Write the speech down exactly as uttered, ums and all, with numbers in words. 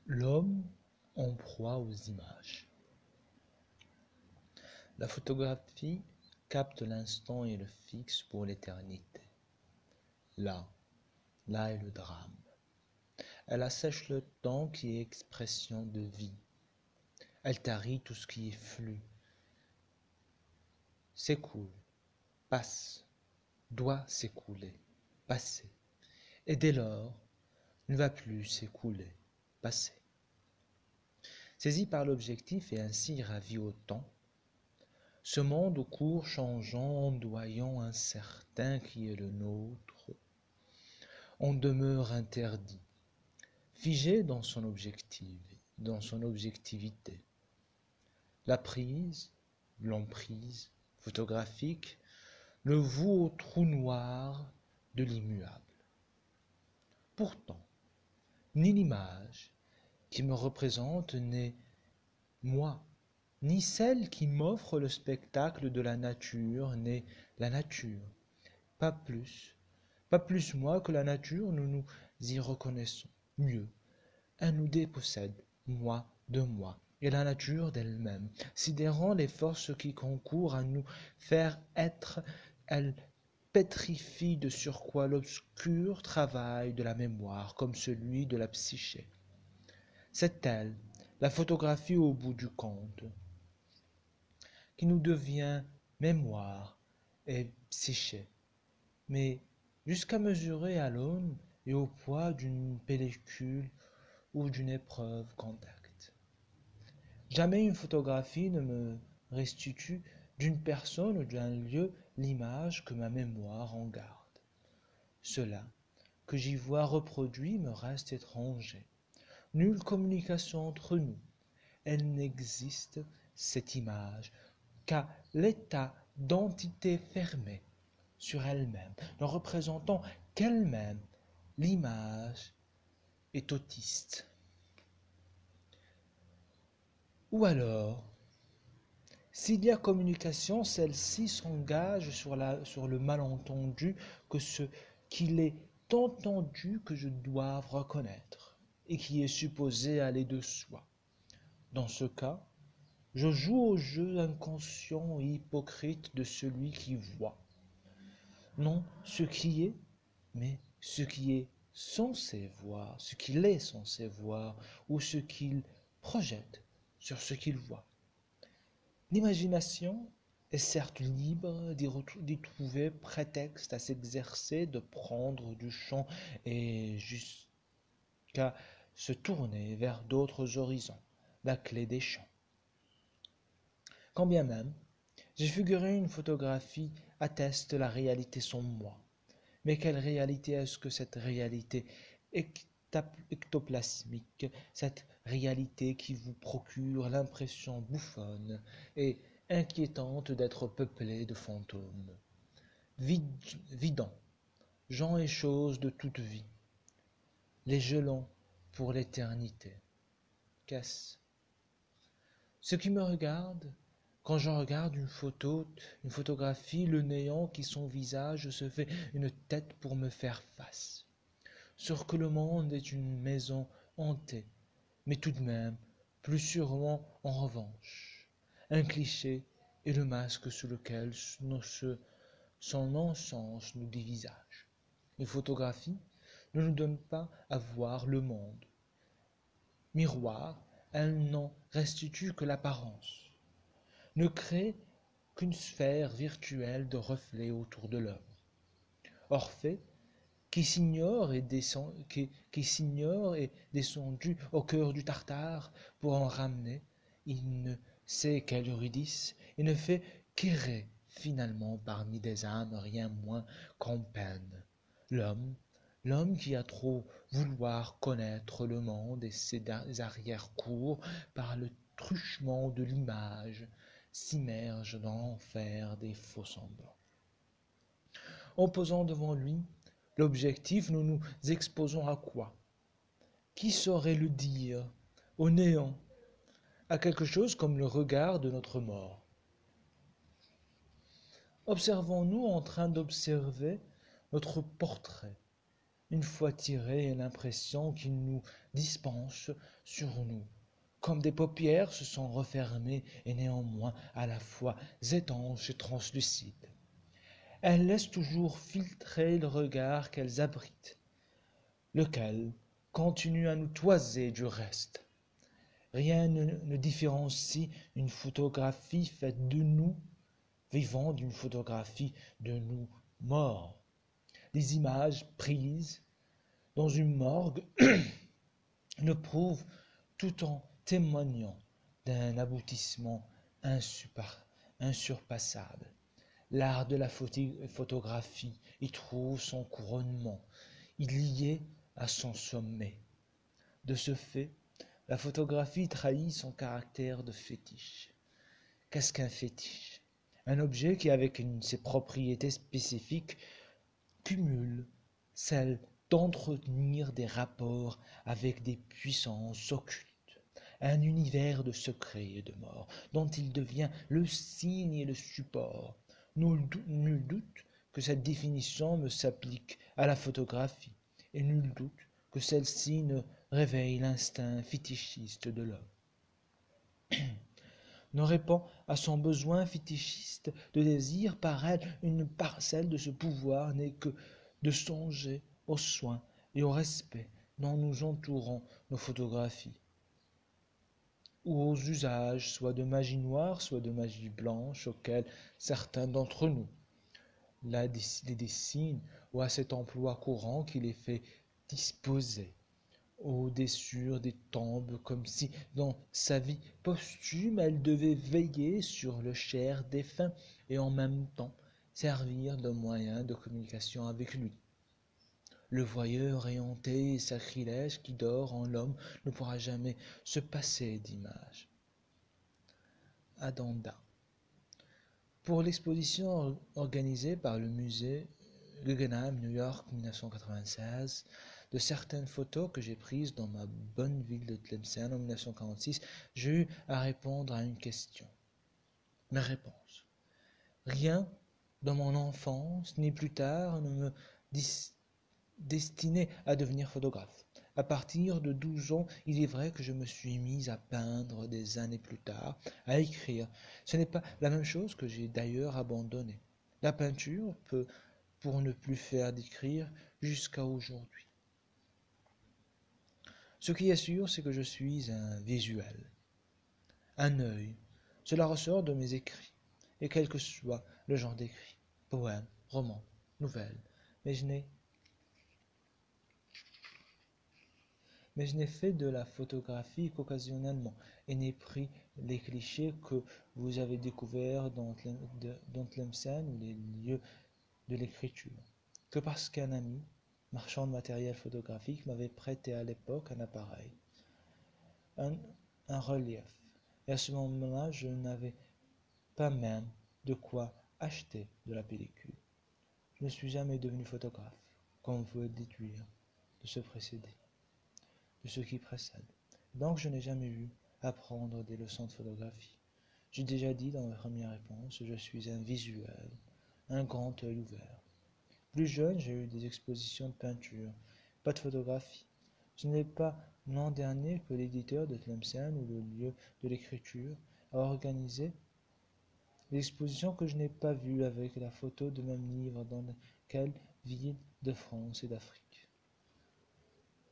L'homme en proie aux images. La photographie capte l'instant et le fixe pour l'éternité. Là, là est le drame. Elle assèche le temps qui est expression de vie. Elle tarit tout ce qui est flux. S'écoule, passe, doit s'écouler, passer. Et dès lors, ne va plus s'écouler, passer. Saisi par l'objectif et ainsi ravi au temps, ce monde au cours changeant, ondoyant, incertain qui est le nôtre, on demeure interdit, figé dans son objectif, dans son objectivité. La prise, l'emprise photographique le voue au trou noir de l'immuable. Pourtant, ni l'image qui me représente n'est moi, ni celle qui m'offre le spectacle de la nature n'est la nature. Pas plus, pas plus moi que la nature nous nous y reconnaissons. Mieux, elle nous dépossède, moi de moi, et la nature d'elle-même. Sidérant les forces qui concourent à nous faire être, elle pétrifie de surcroît l'obscur travail de la mémoire comme celui de la psyché. C'est elle, la photographie au bout du compte, qui nous devient mémoire et psyché, mais jusqu'à mesurer à l'aune et au poids d'une pellicule ou d'une épreuve contact. Jamais une photographie ne me restitue d'une personne ou d'un lieu l'image que ma mémoire en garde. Cela que j'y vois reproduit me reste étranger. Nulle communication entre nous. Elle n'existe, cette image, qu'à l'état d'entité fermée sur elle-même, ne représentant qu'elle-même. L'image est autiste. Ou alors, s'il y a communication, celle-ci s'engage sur, la, sur le malentendu que ce qu'il est entendu que je dois reconnaître et qui est supposé aller de soi. Dans ce cas, je joue au jeu inconscient et hypocrite de celui qui voit. Non ce qui est, mais ce qui est censé voir, ce qu'il est censé voir, ou ce qu'il projette sur ce qu'il voit. L'imagination est certes libre d'y trouver prétexte à s'exercer, de prendre du champ et jusqu'à se tourner vers d'autres horizons, la clé des champs. Quand bien même, j'ai figuré une photographie atteste la réalité sans moi. Mais quelle réalité est-ce que cette réalité ectoplasmique, cette réalité qui vous procure l'impression bouffonne et inquiétante d'être peuplée de fantômes, Vid, vidant gens et choses de toute vie, les gelant pour l'éternité. Qu'est-ce ? Ce qui me regarde, quand je regarde une photo, une photographie, le néant qui son visage se fait une tête pour me faire face. Sûr que le monde est une maison hantée, mais tout de même, plus sûrement en revanche, un cliché est le masque sous lequel son encens nous dévisage. Les photographies ne nous donnent pas à voir le monde. Miroir, elles n'en restituent que l'apparence, ne créent qu'une sphère virtuelle de reflets autour de l'homme. Orphée, qui s'ignore et, descend, qui, qui s'ignore et descendu au cœur du Tartare pour en ramener, il ne sait quel Eurydice, il ne fait qu'errer finalement parmi des âmes rien moins qu'en peine. L'homme, l'homme qui a trop vouloir connaître le monde et ses arrière-cours par le truchement de l'image, s'immerge dans l'enfer des faux-semblants. En posant devant lui l'objectif, nous nous exposons à quoi? Qui saurait le dire? Au néant, à quelque chose comme le regard de notre mort. Observons-nous en train d'observer notre portrait, une fois tirée l'impression qu'il nous dispense sur nous, comme des paupières se sont refermées et néanmoins à la fois étanches et translucides. Elles laissent toujours filtrer le regard qu'elles abritent, lequel continue à nous toiser du reste. Rien ne, ne différencie une photographie faite de nous vivants d'une photographie de nous morts. Les images prises dans une morgue le prouvent tout en témoignant d'un aboutissement insurpassable. L'art de la photographie y trouve son couronnement, il y est à son sommet. De ce fait, la photographie trahit son caractère de fétiche. Qu'est-ce qu'un fétiche? Un objet qui, avec une, ses propriétés spécifiques, cumule celle d'entretenir des rapports avec des puissances occultes, un univers de secrets et de mort, dont il devient le signe et le support. Nul, nul doute que cette définition me s'applique à la photographie, et nul doute que celle-ci ne réveille l'instinct fétichiste de l'homme. Ne répond à son besoin fétichiste de désir par elle une parcelle de ce pouvoir n'est que de songer aux soins et au respect dont nous entourons nos photographies, ou aux usages soit de magie noire, soit de magie blanche, auxquels certains d'entre nous la, les dessinent, ou à cet emploi courant qui les fait disposer au-dessus des tombes, comme si, dans sa vie posthume, elle devait veiller sur le cher défunt et en même temps servir de moyen de communication avec lui. Le voyeur éhonté et sacrilège qui dort en l'homme ne pourra jamais se passer d'image. Adanda. Pour l'exposition organisée par le musée Guggenheim, New York, mille neuf cent quatre-vingt-seize, de certaines photos que j'ai prises dans ma bonne ville de Tlemcen en mille neuf cent quarante-six, j'ai eu à répondre à une question. Mes réponses. Rien dans mon enfance, ni plus tard, ne me destinait à devenir photographe. À partir de douze ans, il est vrai que je me suis mis à peindre des années plus tard, à écrire. Ce n'est pas la même chose que j'ai d'ailleurs abandonné. La peinture peut, pour ne plus faire d'écrire, jusqu'à aujourd'hui. Ce qui est sûr, c'est que je suis un visuel, un œil. Cela ressort de mes écrits, et quel que soit le genre d'écrit, poème, roman, nouvelle, mais je n'ai mais je n'ai fait de la photographie qu'occasionnellement, et n'ai pris les clichés que vous avez découverts dans Tlemcen ou les lieux de l'écriture, que parce qu'un ami, marchand de matériel photographique, m'avait prêté à l'époque un appareil, un, un relief, et à ce moment-là, je n'avais pas même de quoi acheter de la pellicule. Je ne suis jamais devenu photographe, comme vous pouvez déduire de ce précédé, de ce qui précède. Donc je n'ai jamais eu à prendre des leçons de photographie. J'ai déjà dit dans ma première réponse, je suis un visuel, un grand œil ouvert. Plus jeune, j'ai eu des expositions de peinture, pas de photographie. Ce n'est pas l'an dernier que l'éditeur de Tlemcen ou le lieu de l'écriture a organisé l'exposition que je n'ai pas vue avec la photo de même livre dans quelle ville de France et d'Afrique.